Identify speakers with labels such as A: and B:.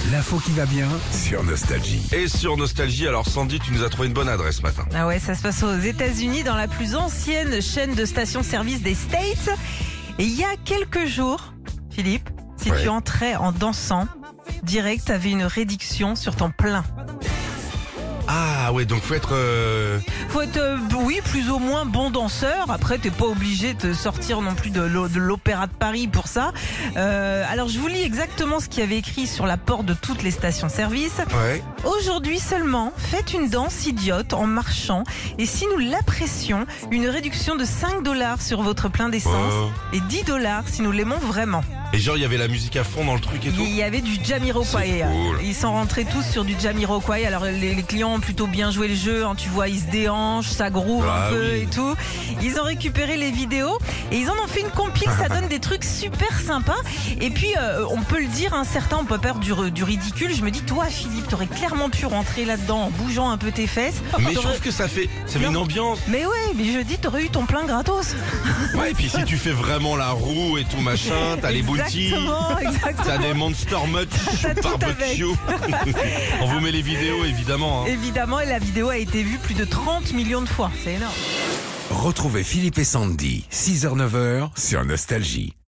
A: L'info qui va bien sur Nostalgie.
B: Et sur Nostalgie, alors Sandy, tu nous as trouvé une bonne adresse ce matin.
C: Ah ouais, ça se passe aux États-Unis, dans la plus ancienne chaîne de stations-service des States. Et il y a quelques jours, Philippe, si tu entrais en dansant, direct, t'avais une réduction sur ton plein.
B: Ah ouais, donc faut être...
C: Faut être, oui, plus ou moins bon danseur. Après, t'es pas obligé de sortir non plus de l'Opéra de Paris pour ça. Alors, je vous lis exactement ce qu'il y avait écrit sur la porte de toutes les stations-service.
B: Ouais.
C: Aujourd'hui seulement, faites une danse idiote en marchant. Et si nous l'apprécions, une réduction de 5$ sur votre plein d'essence. Et 10$ si nous l'aimons vraiment.
B: Et genre, il y avait la musique à fond dans le truc et tout.
C: Il y avait du Jamiroquai.
B: C'est cool.
C: Ils sont rentrés tous sur du Jamiroquai. Alors les clients ont plutôt bien joué le jeu. Hein, tu vois, ils se déhanchent, ça groove un peu et tout. Ils ont récupéré les vidéos et ils en ont fait une compile. Ça donne des trucs super sympas. Et puis, on peut le dire, hein, certains ont pas peur du ridicule. Je me dis, toi, Philippe, t'aurais clairement pu rentrer là-dedans en bougeant un peu tes fesses.
B: Mais je trouve que ça fait une ambiance.
C: Mais ouais, mais je dis, t'aurais eu ton plein gratos.
B: Ouais, et puis si tu fais vraiment la roue et tout machin, t'as les bounties,
C: Exactement.
B: t'as des monster much
C: T'as tout
B: barbecue. On vous met les vidéos évidemment. Hein.
C: Évidemment, et la vidéo a été vue plus de 30 millions de fois. C'est énorme.
A: Retrouvez Philippe et Sandy, 6h-9h sur Nostalgie.